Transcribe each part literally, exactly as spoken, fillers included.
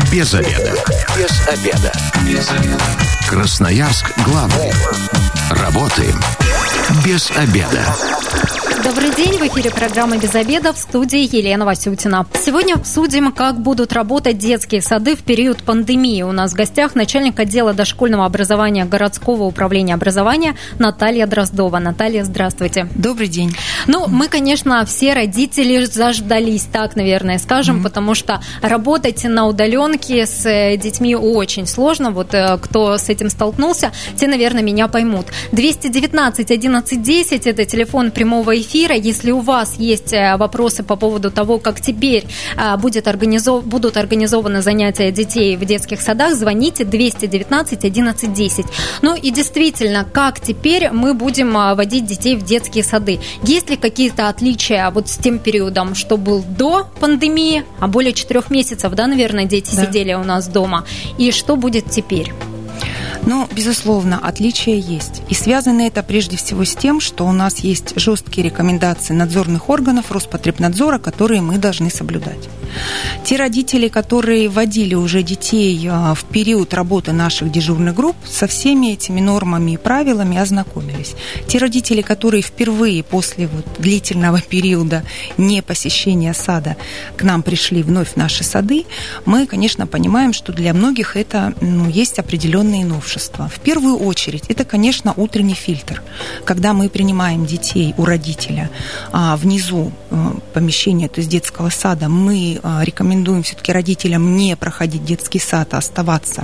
Без обеда. Без обеда. Без обеда. Красноярск главный. Работаем без обеда. Добрый день, в эфире программа «Без обеда», в студии Елена Васютина. Сегодня обсудим, как будут работать детские сады в период пандемии. У нас в гостях начальник отдела дошкольного образования городского управления образования Наталья Дроздова. Наталья, здравствуйте. Добрый день. Ну, мы, конечно, все родители заждались, так, наверное, скажем, mm-hmm. потому что работать на удаленке с детьми очень сложно. Вот кто с этим столкнулся, те, наверное, меня поймут. двести девятнадцать одиннадцать десять – это телефон прямого эфира. Если у вас есть вопросы по поводу того, как теперь будет организов... будут организованы занятия детей в детских садах, звоните двести девятнадцать одиннадцать десять. Ну и действительно, как теперь мы будем водить детей в детские сады? Есть ли какие-то отличия вот с тем периодом, что был до пандемии, а более четырех месяцев, да, наверное, дети да. сидели у нас дома, и что будет теперь? Ну, безусловно, отличия есть. И связано это прежде всего с тем, что у нас есть жесткие рекомендации надзорных органов Роспотребнадзора, которые мы должны соблюдать. Те родители, которые водили уже детей в период работы наших дежурных групп, со всеми этими нормами и правилами ознакомились. Те родители, которые впервые после вот длительного периода непосещения сада к нам пришли вновь в наши сады, мы, конечно, понимаем, что для многих это ну, есть определенные новшества. В первую очередь, это, конечно, утренний фильтр. Когда мы принимаем детей у родителя а, внизу а, помещения, то есть детского сада, мы а, рекомендуем все-таки родителям не проходить детский сад, а оставаться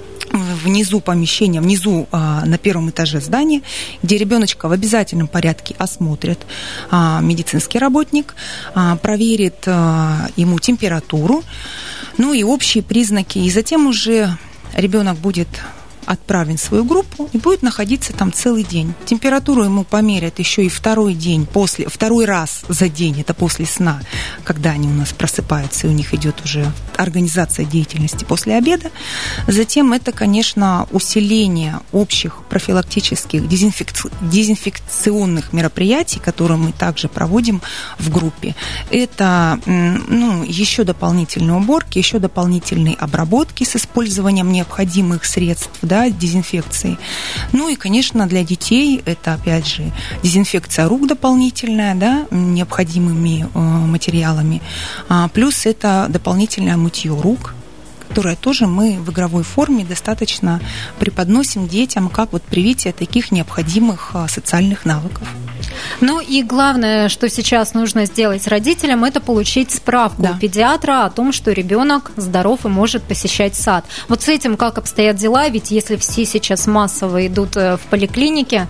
внизу помещения, внизу а, на первом этаже здания, где ребеночка в обязательном порядке осмотрит а, медицинский работник, а, проверит а, ему температуру, ну и общие признаки. И затем уже ребенок будет отправлен в свою группу и будет находиться там целый день. Температуру ему померят еще и второй день, после, второй раз за день, это после сна, когда они у нас просыпаются, и у них идет уже организация деятельности после обеда. Затем это, конечно, усиление общих профилактических дезинфекци... дезинфекционных мероприятий, которые мы также проводим в группе. Это ну, еще дополнительные уборки, еще дополнительные обработки с использованием необходимых средств, да, дезинфекции. Ну и, конечно, для детей это, опять же, дезинфекция рук дополнительная, да, необходимыми э, материалами. А, плюс это дополнительное мытье рук, которое тоже мы в игровой форме достаточно преподносим детям как вот привитие таких необходимых э, социальных навыков. Ну и главное, что сейчас нужно сделать родителям, это получить справку да. у педиатра о том, что ребенок здоров и может посещать сад. Вот с этим как обстоят дела? Ведь если все сейчас массово идут в поликлинике,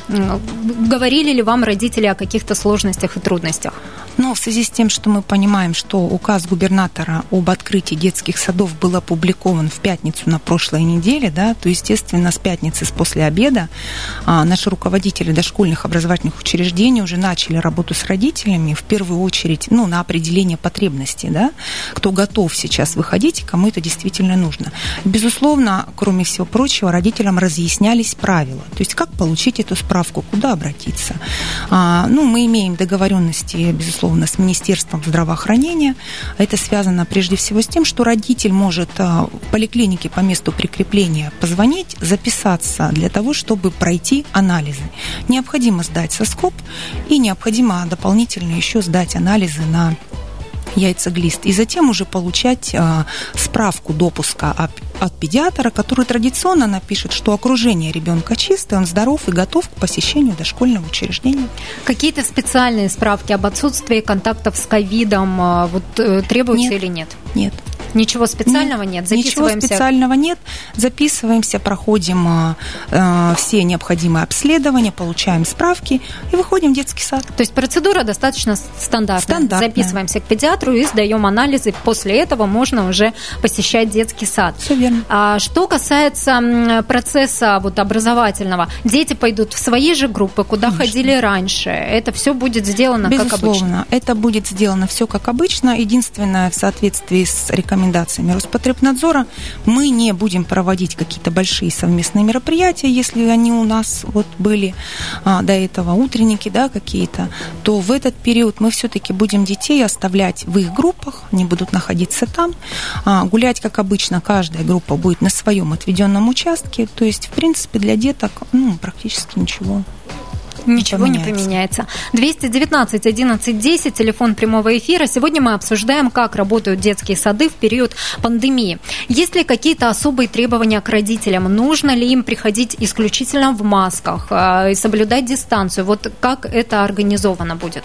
говорили ли вам родители о каких-то сложностях и трудностях? Но в связи с тем, что мы понимаем, что указ губернатора об открытии детских садов был опубликован в пятницу на прошлой неделе, да, то, естественно, с пятницы, с после обеда, а, наши руководители дошкольных образовательных учреждений уже начали работу с родителями, в первую очередь, ну, на определение потребностей, да, кто готов сейчас выходить и кому это действительно нужно. Безусловно, кроме всего прочего, родителям разъяснялись правила, то есть как получить эту справку, куда обратиться. А, ну, мы имеем договоренности, безусловно, с Министерством здравоохранения. Это связано прежде всего с тем, что родитель может в поликлинике по месту прикрепления позвонить, записаться для того, чтобы пройти анализы. Необходимо сдать соскоб и необходимо дополнительно еще сдать анализы на яйцеглист, и затем уже получать э, справку допуска от, от педиатра, который традиционно напишет, что окружение ребенка чистое, он здоров и готов к посещению дошкольного учреждения. Какие-то специальные справки об отсутствии контактов с ковидом э, вот, э, требуются нет, или нет? Нет. Ничего специального нет? нет? Ничего специального нет. Записываемся, проходим э, все необходимые обследования, получаем справки и выходим в детский сад. То есть процедура достаточно стандартная. Стандартная. Записываемся к педиатру и сдаем анализы. После этого можно уже посещать детский сад. Все верно. А что касается процесса вот, образовательного, дети пойдут в свои же группы, куда Конечно. ходили раньше. Это все будет сделано Безусловно, как обычно? Это будет сделано все как обычно. Единственное, в соответствии с рекомендациями рекомендациями Роспотребнадзора мы не будем проводить какие-то большие совместные мероприятия, если они у нас вот были а, до этого, утренники, да, какие-то, то в этот период мы все-таки будем детей оставлять в их группах, они будут находиться там, а, гулять, как обычно, каждая группа будет на своем отведенном участке, то есть, в принципе, для деток ну, практически ничего. Ничего не поменяется. не поменяется. двести девятнадцать одиннадцать десять, телефон прямого эфира. Сегодня мы обсуждаем, как работают детские сады в период пандемии. Есть ли какие-то особые требования к родителям? Нужно ли им приходить исключительно в масках и соблюдать дистанцию? Вот как это организовано будет?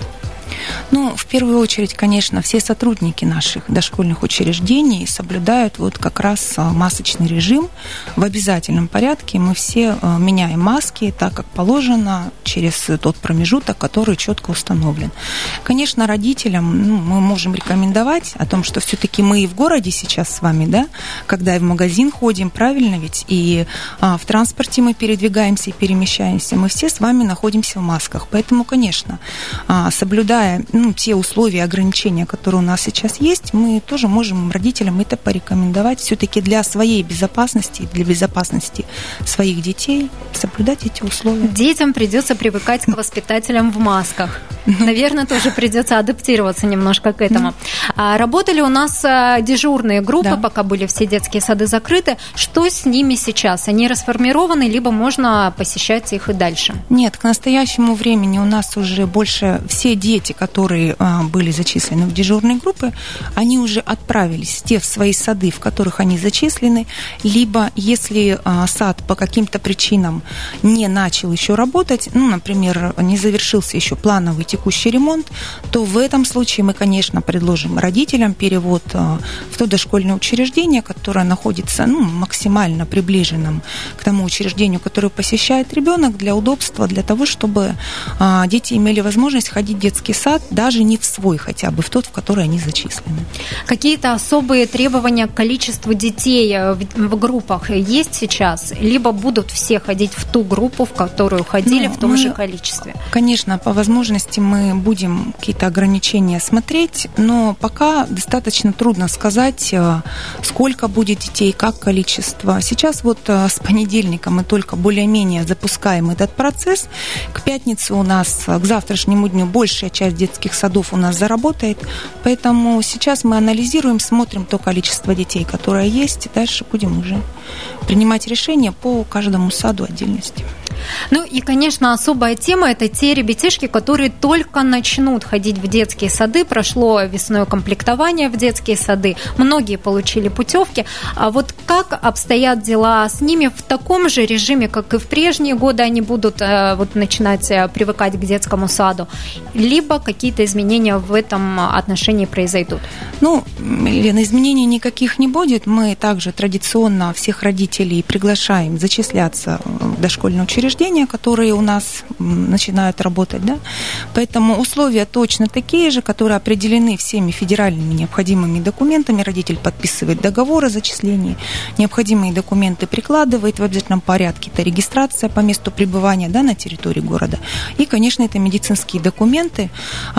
Ну, в первую очередь, конечно, все сотрудники наших дошкольных учреждений соблюдают вот как раз масочный режим в обязательном порядке. Мы все меняем маски так, как положено, через тот промежуток, который четко установлен. Конечно, родителям ну, мы можем рекомендовать о том, что все-таки мы и в городе сейчас с вами, да, когда и в магазин ходим, правильно ведь, и а, в транспорте мы передвигаемся и перемещаемся, мы все с вами находимся в масках. Поэтому, конечно, а, соблюдая ну, те условия, ограничения, которые у нас сейчас есть, мы тоже можем родителям это порекомендовать все-таки для своей безопасности, для безопасности своих детей соблюдать эти условия. Детям придется привыкать к воспитателям в масках. Наверное, тоже придется адаптироваться немножко к этому. А работали у нас дежурные группы, да. Пока были все детские сады закрыты. Что с ними сейчас? Они расформированы, либо можно посещать их и дальше? Нет, к настоящему времени у нас уже больше все дети, которые а, были зачислены в дежурные группы, они уже отправились те в свои сады, в которых они зачислены, либо если а, сад по каким-то причинам не начал еще работать, ну, например, не завершился еще плановый текущий ремонт, то в этом случае мы, конечно, предложим родителям перевод а, в то дошкольное учреждение, которое находится ну, максимально приближенным к тому учреждению, которое посещает ребенок, для удобства, для того, чтобы а, дети имели возможность ходить в детский сад, даже не в свой хотя бы, в тот, в который они зачислены. Какие-то особые требования к количеству детей в, в группах есть сейчас? Либо будут все ходить в ту группу, в которую ходили, ну, в том мы, же количестве? Конечно, по возможности мы будем какие-то ограничения смотреть, но пока достаточно трудно сказать, сколько будет детей, как количество. Сейчас вот с понедельника мы только более-менее запускаем этот процесс. К пятнице у нас, к завтрашнему дню большая часть детских садов у нас заработает, поэтому сейчас мы анализируем, смотрим то количество детей, которое есть, и дальше будем уже принимать решения по каждому саду отдельности. Ну и, конечно, особая тема – это те ребятишки, которые только начнут ходить в детские сады. Прошло весной комплектование в детские сады, многие получили путевки. А вот как обстоят дела с ними в таком же режиме, как и в прежние годы, они будут вот, начинать привыкать к детскому саду? Либо какие-то изменения в этом отношении произойдут? Ну, Лена, изменений никаких не будет. Мы также традиционно всех родителей приглашаем зачисляться в дошкольное учреждение, которые у нас начинают работать, да? Поэтому условия точно такие же, которые определены всеми федеральными необходимыми документами. Родитель подписывает договор о зачислении, необходимые документы прикладывает в обязательном порядке. Это регистрация по месту пребывания, да, на территории города. И, конечно, это медицинские документы,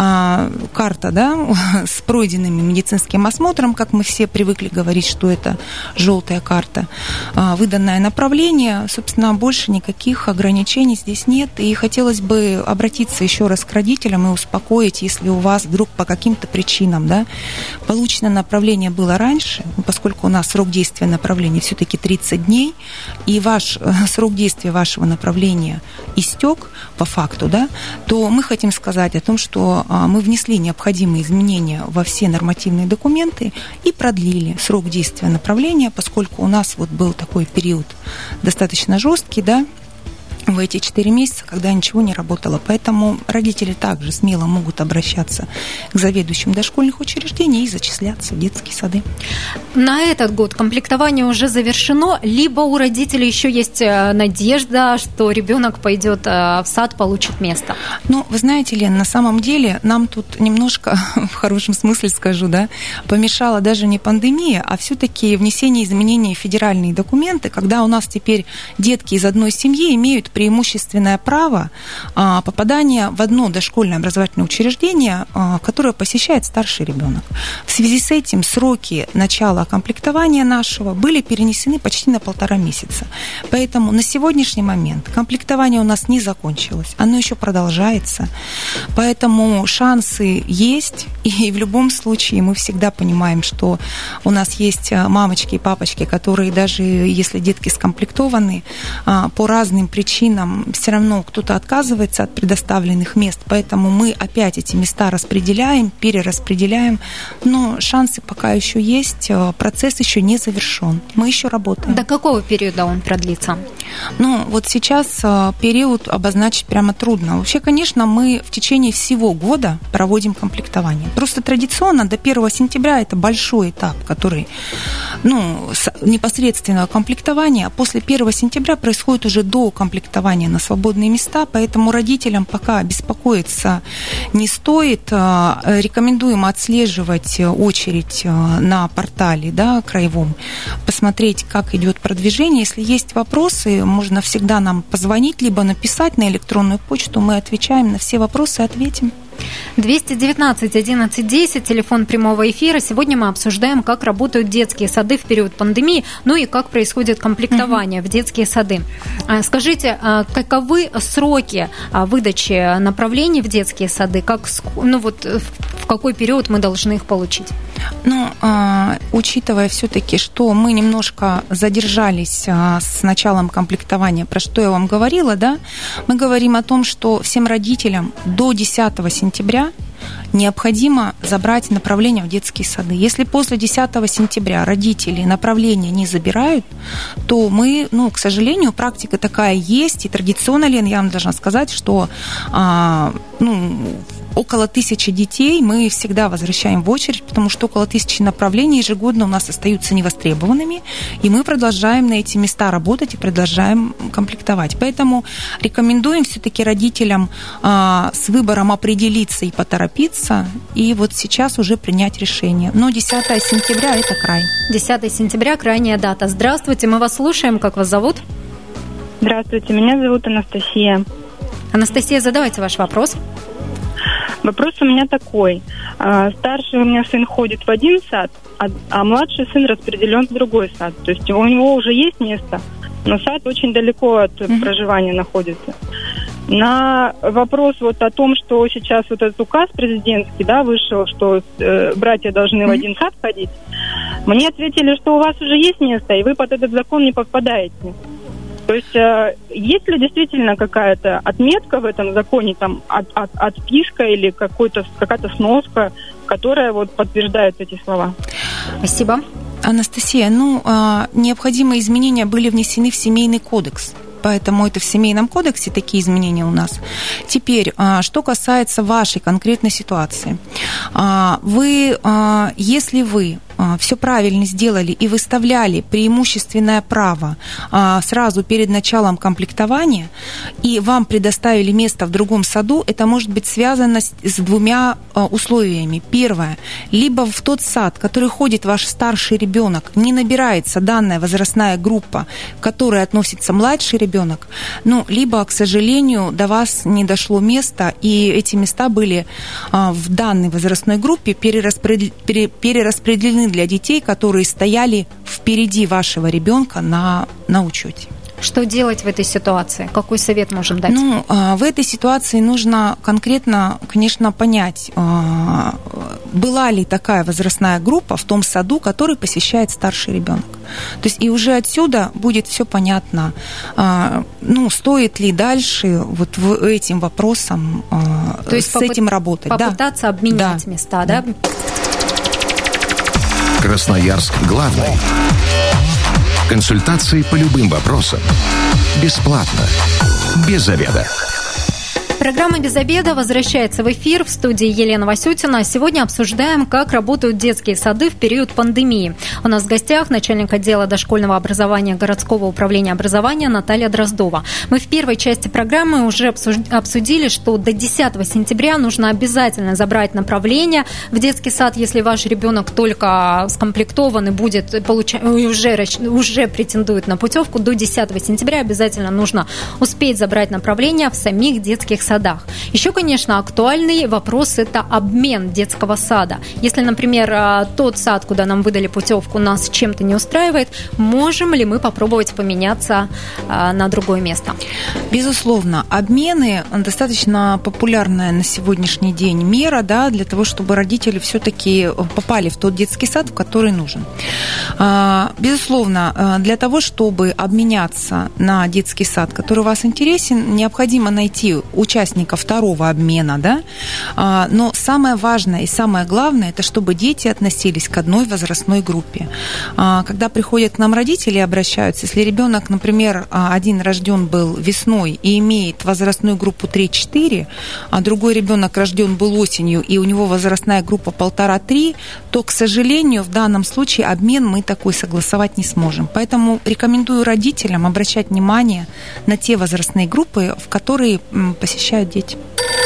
карта, да, с пройденными медицинским осмотром, как мы все привыкли говорить, что это желтая карта, выданное направление. Собственно, больше никаких ограничений здесь нет. И хотелось бы обратиться еще раз к родителям и успокоить, если у вас вдруг по каким-то причинам, да, получено направление было раньше, поскольку у нас срок действия направления все-таки тридцать дней, и ваш срок действия вашего направления истек по факту, да, то мы хотим сказать о том, что мы внесли необходимые изменения во все нормативные документы и продлили срок действия направления, поскольку у нас вот был такой период достаточно жесткий, да, в эти четыре месяца, когда ничего не работало. Поэтому родители также смело могут обращаться к заведующим дошкольных учреждений и зачисляться в детские сады. На этот год комплектование уже завершено, либо у родителей еще есть надежда, что ребенок пойдет в сад, получит место? Ну, вы знаете, Лен, на самом деле нам тут немножко, в хорошем смысле скажу, да, помешала даже не пандемия, а все-таки внесение изменений в федеральные документы, когда у нас теперь детки из одной семьи имеют преимущественное право попадания в одно дошкольное образовательное учреждение, которое посещает старший ребенок. В связи с этим сроки начала комплектования нашего были перенесены почти на полтора месяца. Поэтому на сегодняшний момент комплектование у нас не закончилось, оно еще продолжается. Поэтому шансы есть, и в любом случае мы всегда понимаем, что у нас есть мамочки и папочки, которые даже если детки скомплектованы, по разным причинам все равно кто-то отказывается от предоставленных мест, поэтому мы опять эти места распределяем, перераспределяем, но шансы пока еще есть, процесс еще не завершен, мы еще работаем. До какого периода он продлится? Ну, вот сейчас период обозначить прямо трудно. Вообще, конечно, мы в течение всего года проводим комплектование. Просто традиционно до первого сентября это большой этап, который, ну, непосредственно комплектование, а после первого сентября происходит уже до комплектования на свободные места, поэтому родителям пока беспокоиться не стоит. Рекомендуем отслеживать очередь на портале, да, краевом, посмотреть, как идет продвижение. Если есть вопросы, можно всегда нам позвонить, либо написать на электронную почту, мы отвечаем на все вопросы, ответим. двести девятнадцать одиннадцать десять, телефон прямого эфира. Сегодня мы обсуждаем, как работают детские сады в период пандемии, ну и как происходит комплектование mm-hmm. в детские сады. Скажите, каковы сроки выдачи направлений в детские сады? Как, ну вот, в какой период мы должны их получить? Ну, учитывая все-таки, что мы немножко задержались с началом комплектования, про что я вам говорила, да, мы говорим о том, что всем родителям до десятого сентября необходимо забрать направление в детские сады. Если после десятого сентября родители направление не забирают, то мы, ну, к сожалению, практика такая есть, и традиционно, Лен, я вам должна сказать, что а, ну, около тысячи детей мы всегда возвращаем в очередь, потому что около тысячи направлений ежегодно у нас остаются невостребованными, и мы продолжаем на эти места работать и продолжаем комплектовать. Поэтому рекомендуем все-таки родителям а, с выбором определиться и поторопиться, и вот сейчас уже принять решение. Но десятого сентября это край. десятого сентября крайняя дата. Здравствуйте, мы вас слушаем. Как вас зовут? Здравствуйте, меня зовут Анастасия. Анастасия, задавайте ваш вопрос. Вопрос у меня такой. Старший у меня сын ходит в один сад, а, а младший сын распределен в другой сад. То есть у него уже есть место, но сад очень далеко от mm-hmm. проживания находится. На вопрос вот о том, что сейчас вот этот указ президентский, да, вышел, что э, братья должны mm-hmm. в один сад ходить, мне ответили, что у вас уже есть место, и вы под этот закон не подпадаете. То есть э, есть ли действительно какая-то отметка в этом законе, там, от, от, отписка или какой-то, какая-то сноска, которая вот подтверждает эти слова? Спасибо. Анастасия, ну, э, необходимые изменения были внесены в Семейный кодекс. Поэтому это в Семейном кодексе такие изменения у нас. Теперь, что касается вашей конкретной ситуации. Вы, если вы все правильно сделали и выставляли преимущественное право сразу перед началом комплектования, и вам предоставили место в другом саду, это может быть связано с двумя условиями. Первое. Либо в тот сад, который ходит ваш старший ребенок, не набирается данная возрастная группа, к которой относится младший ребенок, ну, либо, к сожалению, до вас не дошло место, и эти места были в данной возрастной группе перераспределены для детей, которые стояли впереди вашего ребенка на, на учете. Что делать в этой ситуации? Какой совет можем дать? Ну, в этой ситуации нужно конкретно, конечно, понять, была ли такая возрастная группа в том саду, который посещает старший ребенок. То есть и уже отсюда будет все понятно, ну, стоит ли дальше вот в этим вопросом То есть с попыт... этим работать. Попытаться да. обменять да. места, да? да? Красноярск главный. Консультации по любым вопросам. Бесплатно. Без заведа. Программа «Без обеда» возвращается в эфир. В студии Елена Васютина. Сегодня обсуждаем, как работают детские сады в период пандемии. У нас в гостях начальник отдела дошкольного образования городского управления образования Наталья Дроздова. Мы в первой части программы уже обсудили, что до десятого сентября нужно обязательно забрать направление в детский сад, если ваш ребенок только скомплектован и будет получать, уже, уже претендует на путевку. До десятого сентября обязательно нужно успеть забрать направление в самих детских садах. Еще, конечно, актуальный вопрос – это обмен детского сада. Если, например, тот сад, куда нам выдали путевку, нас чем-то не устраивает, можем ли мы попробовать поменяться на другое место? Безусловно, обмены – достаточно популярная на сегодняшний день мера, да, для того, чтобы родители все-таки попали в тот детский сад, в который нужен. Безусловно, для того, чтобы обменяться на детский сад, который вас интересен, необходимо найти участника второго обмена, да? Но самое важное и самое главное, это чтобы дети относились к одной возрастной группе. Когда приходят к нам родители и обращаются, если ребенок, например, один рожден был весной и имеет возрастную группу три-четыре, а другой ребенок рожден был осенью и у него возрастная группа полтора-три, то, к сожалению, в данном случае обмен мы такой согласовать не сможем. Поэтому рекомендую родителям обращать внимание на те возрастные группы, в которые посещают дети.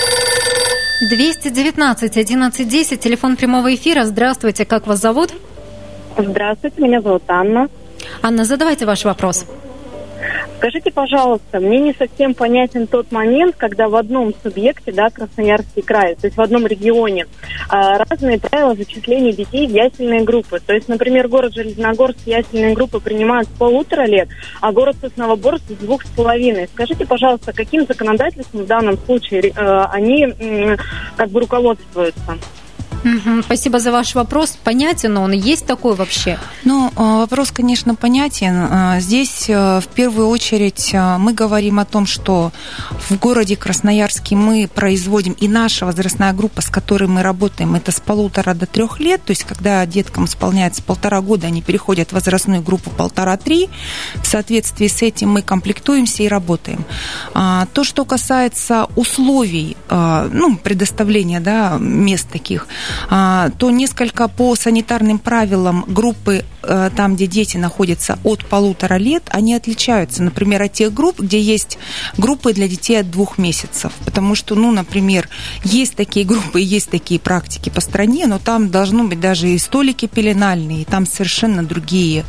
двести девятнадцать одиннадцать десять, телефон прямого эфира. Здравствуйте, как вас зовут? Здравствуйте, меня зовут Анна. Анна, задавайте ваш вопрос. Скажите, пожалуйста, мне не совсем понятен тот момент, когда в одном субъекте, да, Красноярский край, то есть в одном регионе, разные правила зачисления детей в ясельные группы. То есть, например, город Железногорск ясельные группы принимают с полутора лет, а город Сосновоборск с двух с половиной. Скажите, пожалуйста, каким законодательством в данном случае они как бы руководствуются? Угу, спасибо за ваш вопрос. Понятен он? Есть такой вообще? Ну, вопрос, конечно, понятен. Здесь в первую очередь мы говорим о том, что в городе Красноярске мы производим, и наша возрастная группа, с которой мы работаем, это с полутора до трех лет, то есть когда деткам исполняется полтора года, они переходят в возрастную группу полтора-три. В соответствии с этим мы комплектуемся и работаем. То, что касается условий, ну, предоставления, да, мест таких, то несколько по санитарным правилам группы, там, где дети находятся от полутора лет, они отличаются, например, от тех групп, где есть группы для детей от двух месяцев. Потому что, ну, например, есть такие группы, есть такие практики по стране, но там должны быть даже и столики пеленальные, и там совершенно другие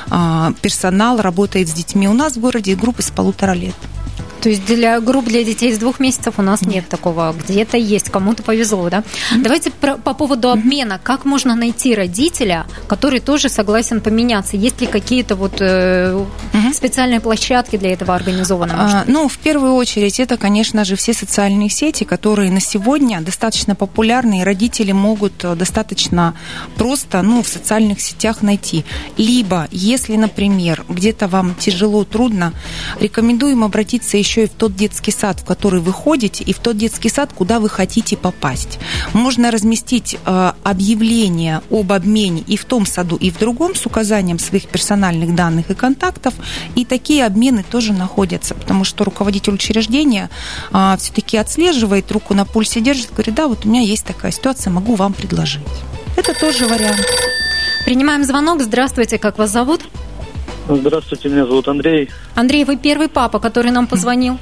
персонал работает с детьми. У нас в городе группы с полутора лет. То есть для групп для детей с двух месяцев у нас нет такого. Где-то есть, кому-то повезло, да? Mm-hmm. Давайте про, по поводу обмена. Как можно найти родителя, который тоже согласен поменяться? Есть ли какие-то вот э, mm-hmm. специальные площадки для этого организованы? А, ну, в первую очередь, это, конечно же, все социальные сети, которые на сегодня достаточно популярны, и родители могут достаточно просто, ну, в социальных сетях найти. Либо, если, например, где-то вам тяжело, трудно, рекомендуем обратиться еще и в тот детский сад, в который вы ходите, и в тот детский сад, куда вы хотите попасть. Можно разместить э, объявление об обмене и в том саду, и в другом с указанием своих персональных данных и контактов, и такие обмены тоже находятся, потому что руководитель учреждения э, все-таки отслеживает, руку на пульсе держит, говорит, да, вот у меня есть такая ситуация, могу вам предложить. Это тоже вариант. Принимаем звонок. Здравствуйте, как вас зовут? Здравствуйте, меня зовут Андрей. Андрей, вы первый папа, который нам позвонил.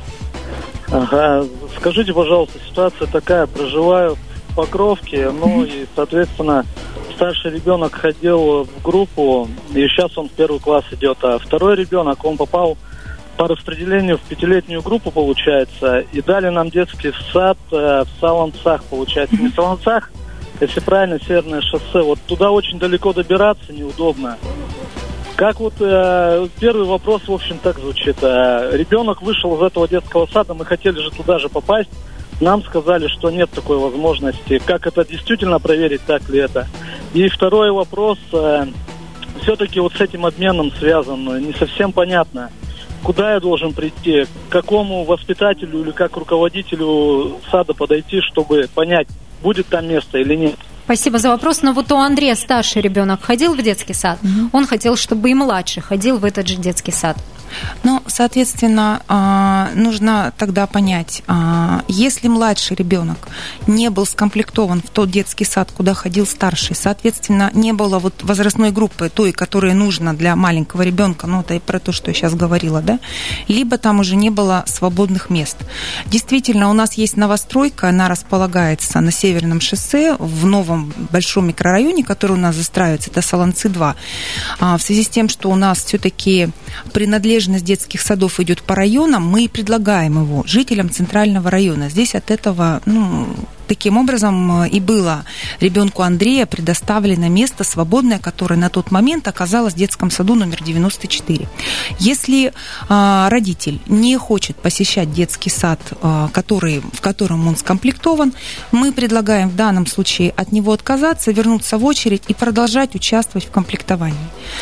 Ага, скажите, пожалуйста, ситуация такая, проживаю в Покровке, ну и, соответственно, старший ребенок ходил в группу, и сейчас он в первый класс идет, а второй ребенок, он попал по распределению в пятилетнюю группу, получается, и дали нам детский сад в Солонцах, получается, не в Солонцах, если правильно, Северное шоссе, вот туда очень далеко добираться неудобно. Как вот э, первый вопрос, в общем, так звучит. Э, ребенок вышел из этого детского сада, мы хотели же туда же попасть. Нам сказали, что нет такой возможности. Как это действительно проверить, так ли это? И второй вопрос, э, все-таки вот с этим обменом связан, не совсем понятно. Куда я должен прийти? К какому воспитателю или как руководителю сада подойти, чтобы понять, будет там место или нет? Спасибо за вопрос. Но вот у Андрея старший ребенок ходил в детский сад. Mm-hmm. Он хотел, чтобы и младший ходил в этот же детский сад. Ну, соответственно, нужно тогда понять, если младший ребенок не был скомплектован в тот детский сад, куда ходил старший, соответственно, не было вот возрастной группы той, которая нужна для маленького ребенка, ну, это и про то, что я сейчас говорила, да, либо там уже не было свободных мест. Действительно, у нас есть новостройка, она располагается на Северном шоссе в новом большом микрорайоне, который у нас застраивается, это Солонцы два. В связи с тем, что у нас все-таки принадлежность детских садов идет по районам, мы и предлагаем его жителям центрального района. Здесь от этого, ну, таким образом и было ребенку Андрея предоставлено место свободное, которое на тот момент оказалось в детском саду номер девяносто четыре. Если а, родитель не хочет посещать детский сад, а, который, в котором он скомплектован, мы предлагаем в данном случае от него отказаться, вернуться в очередь и продолжать участвовать в комплектовании.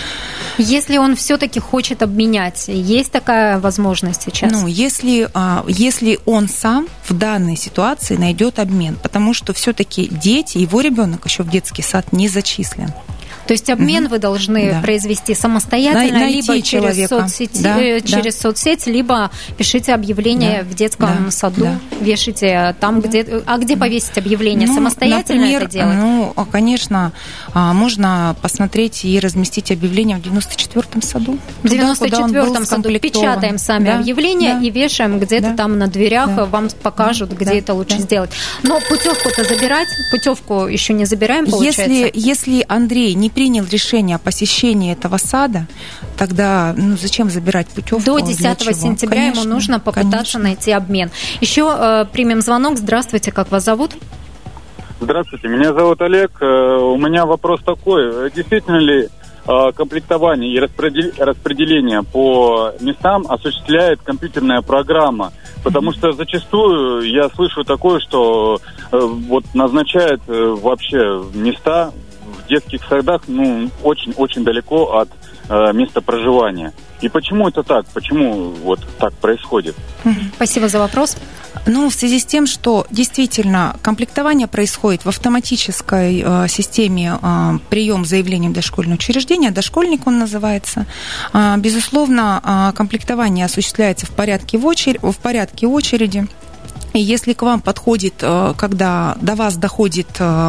Если он все-таки хочет обменять, есть такая возможность сейчас? Ну, если, если он сам в данной ситуации найдет обмен, потому что все-таки дети, его ребенок еще в детский сад не зачислен. То есть обмен угу. вы должны да. произвести самостоятельно, Найти либо через, соцсети, да, через да. соцсеть, либо пишите объявление да. в детском да. саду, да. вешайте там, да. где... А где повесить объявление? Ну, самостоятельно например, это делать? Ну, конечно, можно посмотреть и разместить объявление в девяносто четвёртом саду. В девяносто четвёртом саду печатаем сами да. объявление да. и вешаем где-то да. там на дверях, да. вам покажут, где да. это лучше да. сделать. Но путевку-то забирать, путевку еще не забираем, получается? Если, если Андрей не принял решение о посещении этого сада, тогда ну, зачем забирать путевку? До десятого сентября конечно, ему нужно попытаться конечно. найти обмен. Еще э, примем звонок. Здравствуйте, как вас зовут? Здравствуйте, меня зовут Олег. У меня вопрос такой. Действительно ли комплектование и распределение по местам осуществляет компьютерная программа? Потому что зачастую я слышу такое, что вот назначают вообще места в детских садах, ну, очень-очень далеко от э, места проживания. И почему это так? Почему вот так происходит? Спасибо за вопрос. Ну, в связи с тем, что действительно комплектование происходит в автоматической э, системе э, прием заявления в дошкольное учреждение, дошкольник он называется. Э, безусловно, э, комплектование осуществляется в порядке, в, очер... в порядке очереди. И если к вам подходит, когда до вас доходит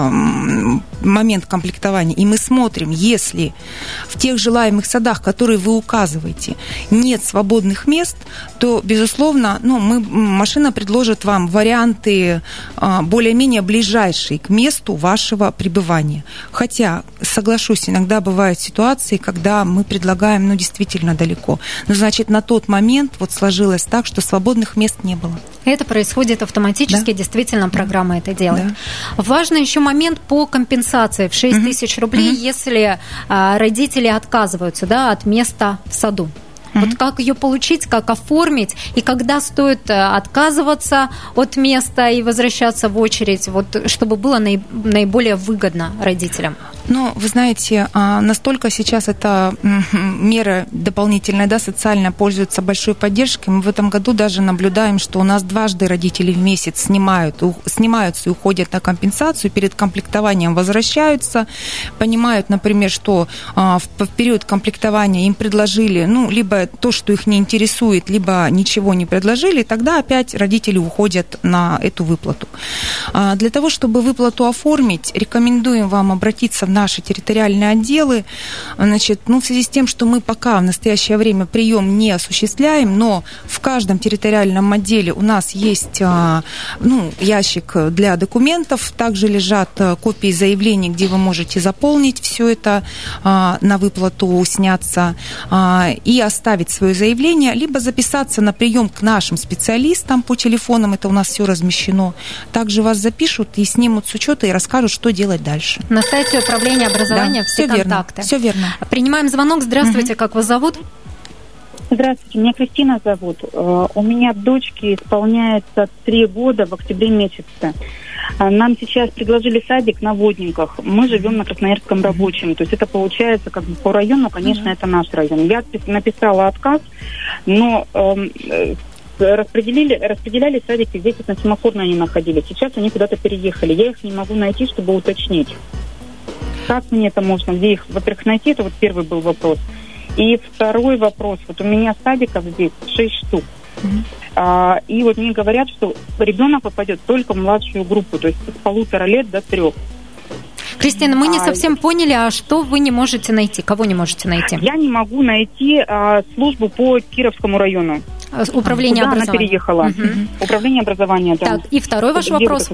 момент комплектования, и мы смотрим, если в тех желаемых садах, которые вы указываете, нет свободных мест, то, безусловно, ну, мы, машина предложит вам варианты более-менее ближайшие к месту вашего пребывания. Хотя, соглашусь, иногда бывают ситуации, когда мы предлагаем, ну, действительно далеко. Но, значит, на тот момент вот сложилось так, что свободных мест не было. Это происходит автоматически, да. действительно, программа это делает. Да. Важный еще момент по компенсации в шесть тысяч рублей, mm-hmm. если а, родители отказываются, да, от места в саду. Mm-hmm. Вот как ее получить, как оформить, и когда стоит отказываться от места и возвращаться в очередь, вот, чтобы было наиболее выгодно родителям? Ну, вы знаете, настолько сейчас эта мера дополнительная, да, социальная, пользуется большой поддержкой. Мы в этом году даже наблюдаем, что у нас дважды родители в месяц снимают, снимаются и уходят на компенсацию, перед комплектованием возвращаются, понимают, например, что в период комплектования им предложили, ну, либо то, что их не интересует, либо ничего не предложили, тогда опять родители уходят на эту выплату. Для того, чтобы выплату оформить, рекомендуем вам обратиться в наши территориальные отделы. Значит, ну, в связи с тем, что мы пока в настоящее время прием не осуществляем, но в каждом территориальном отделе у нас есть, ну, ящик для документов, также лежат копии заявлений, где вы можете заполнить все это, на выплату сняться и оставить свое заявление, либо записаться на прием к нашим специалистам по телефонам, это у нас все размещено. Также вас запишут и снимут с учета и расскажут, что делать дальше. На сайте управления образования да, все, все контакты. Верно, все верно. Принимаем звонок. Здравствуйте, угу. как вас зовут? Здравствуйте, меня Кристина зовут. У меня дочке исполняется три года в октябре месяце. Нам сейчас предложили садик на Водниках. Мы живем на Красноярском рабочем. То есть это получается как бы по району, конечно, mm-hmm. это наш район. Я написала отказ, но э, распределили, распределяли садики, здесь вот на Семафорной они находились. Сейчас они куда-то переехали. Я их не могу найти, чтобы уточнить. Как мне это можно? Где их, во-первых, найти? Это вот первый был вопрос. И второй вопрос. Вот у меня садиков здесь шесть штук. Mm-hmm. А, и вот мне говорят, что ребенок попадет только в младшую группу, то есть с полутора лет до трех. Кристина, мы не совсем поняли, а что вы не можете найти? Кого не можете найти? Я не могу найти а, службу по Кировскому району. Управление Куда образования. Она переехала. Угу. Управление образования, да. Так, и второй ваш Где вопрос?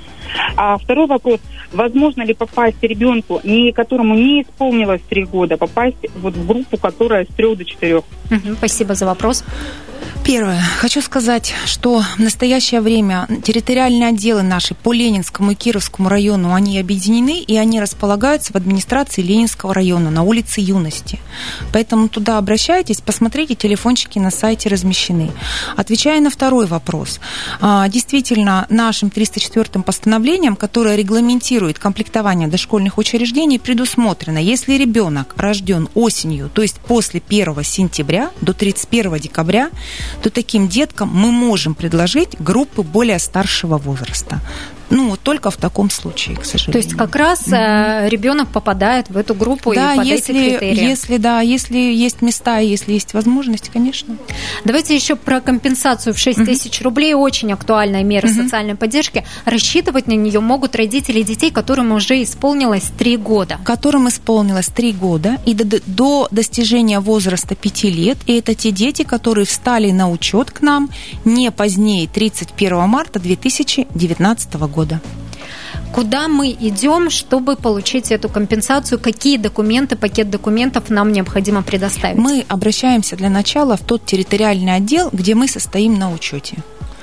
А второй вопрос. Возможно ли попасть ребенку, не, которому не исполнилось три года, попасть вот в группу, которая с трех до четырех? Угу, спасибо за вопрос. Первое. Хочу сказать, что в настоящее время территориальные отделы наши по Ленинскому и Кировскому району, они объединены, и они располагаются в администрации Ленинского района на улице Юности. Поэтому туда обращайтесь, посмотрите, телефончики на сайте размещены. Отвечая на второй вопрос. Действительно, нашим триста четвёртым постановлением, которое регламентирует комплектование дошкольных учреждений, предусмотрено, если ребенок рожден осенью, то есть после первого сентября до тридцать первого декабря, то таким деткам мы можем предложить группы более старшего возраста. Ну, вот только в таком случае, к сожалению. То есть как раз mm-hmm. ребенок попадает в эту группу, да, и под если, эти критерии. Если, да, если есть места, если есть возможность, конечно. Давайте еще про компенсацию в шесть mm-hmm. тысяч рублей. Очень актуальная мера mm-hmm. социальной поддержки. Рассчитывать на нее могут родители детей, которым уже исполнилось три года. Которым исполнилось три года и до, до достижения возраста пяти лет. И это те дети, которые встали на учет к нам не позднее тридцать первого марта две тысячи девятнадцатого года. Куда мы идем, чтобы получить эту компенсацию? Какие документы, пакет документов нам необходимо предоставить? Мы обращаемся для начала в тот территориальный отдел, где мы состоим на учете.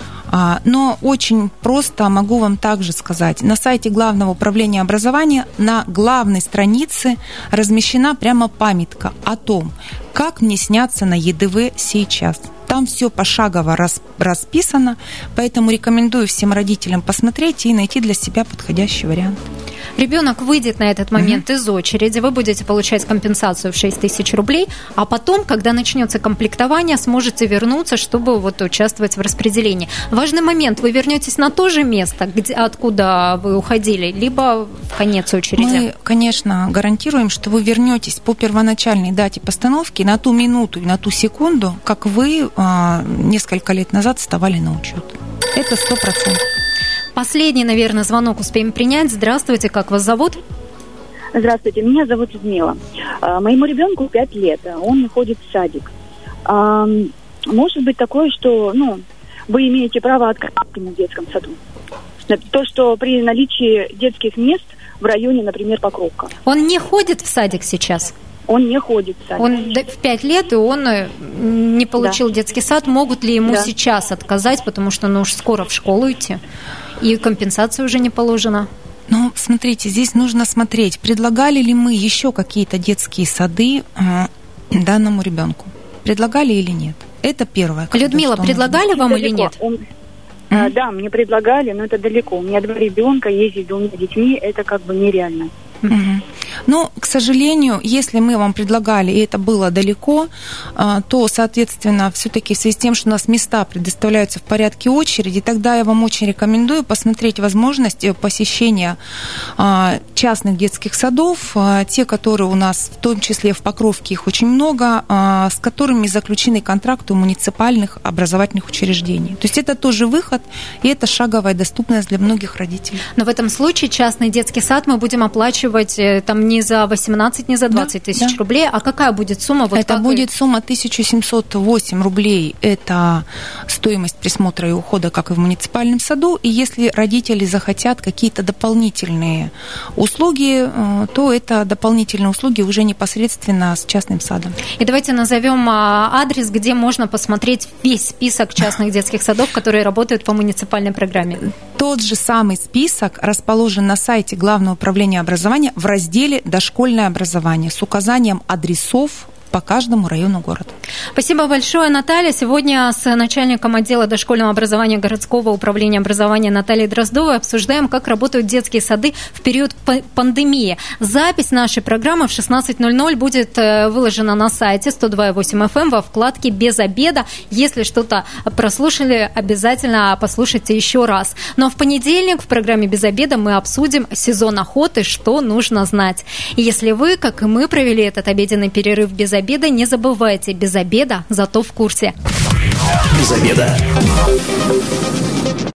Но очень просто могу вам также сказать, на сайте Главного управления образования на главной странице размещена прямо памятка о том, как мне снятся на Е Д В сейчас. Там все пошагово расписано, поэтому рекомендую всем родителям посмотреть и найти для себя подходящий вариант. Ребенок выйдет на этот момент mm-hmm. из очереди, вы будете получать компенсацию в шесть тысяч рублей, а потом, когда начнется комплектование, сможете вернуться, чтобы вот участвовать в распределении. Важный момент, вы вернетесь на то же место, где, откуда вы уходили, либо в конец очереди? Мы, конечно, гарантируем, что вы вернетесь по первоначальной дате постановки на ту минуту и на ту секунду, как вы а, несколько лет назад вставали на учет. Это сто процентов. Последний, наверное, звонок успеем принять. Здравствуйте, как вас зовут? Здравствуйте, меня зовут Людмила. Моему ребенку пять лет, он ходит в садик. Может быть такое, что ну, вы имеете право отказать ему в детском саду? То, что при наличии детских мест в районе, например, Покровка. Он не ходит в садик сейчас? Он не ходит в садик. Он в пять лет, и он не получил да. детский сад. Могут ли ему да. сейчас отказать, потому что ну, уж скоро в школу идти, и компенсация уже не положена? Ну, смотрите, здесь нужно смотреть, предлагали ли мы еще какие-то детские сады э, данному ребенку. Предлагали или нет? Это первое. Людмила, предлагали вам или нет? Он... Mm-hmm. Да, мне предлагали, но это далеко. У меня два ребенка, ездить с двумя детьми, это как бы нереально. Угу. Но, к сожалению, если мы вам предлагали, и это было далеко, то, соответственно, все-таки в связи с тем, что у нас места предоставляются в порядке очереди, тогда я вам очень рекомендую посмотреть возможность посещения частных детских садов, те, которые у нас, в том числе в Покровке, их очень много, с которыми заключены контракты у муниципальных образовательных учреждений. То есть это тоже выход, и это шаговая доступность для многих родителей. Но в этом случае частный детский сад мы будем оплачивать там не за восемнадцать, не за двадцать да, тысяч да. рублей, а какая будет сумма? Вот это как... будет сумма тысяча семьсот восемь рублей, это стоимость присмотра и ухода, как и в муниципальном саду, и если родители захотят какие-то дополнительные услуги, то это дополнительные услуги уже непосредственно с частным садом. И давайте назовем адрес, где можно посмотреть весь список частных детских садов, которые работают по муниципальной программе. Тот же самый список расположен на сайте Главного управления образования в разделе «Дошкольное образование» с указанием адресов по каждому району города. Спасибо большое, Наталья. Сегодня с начальником отдела дошкольного образования городского управления образования Натальей Дроздовой обсуждаем, как работают детские сады в период пандемии. Запись нашей программы в шестнадцать ноль ноль будет выложена на сайте сто два и восемь эф эм во вкладке «Без обеда». Если что-то прослушали, обязательно послушайте еще раз. Ну а в понедельник в программе «Без обеда» мы обсудим сезон охоты, что нужно знать. И если вы, как и мы, провели этот обеденный перерыв без обеда, обеда не забывайте. Без обеда, зато в курсе. Без обеда.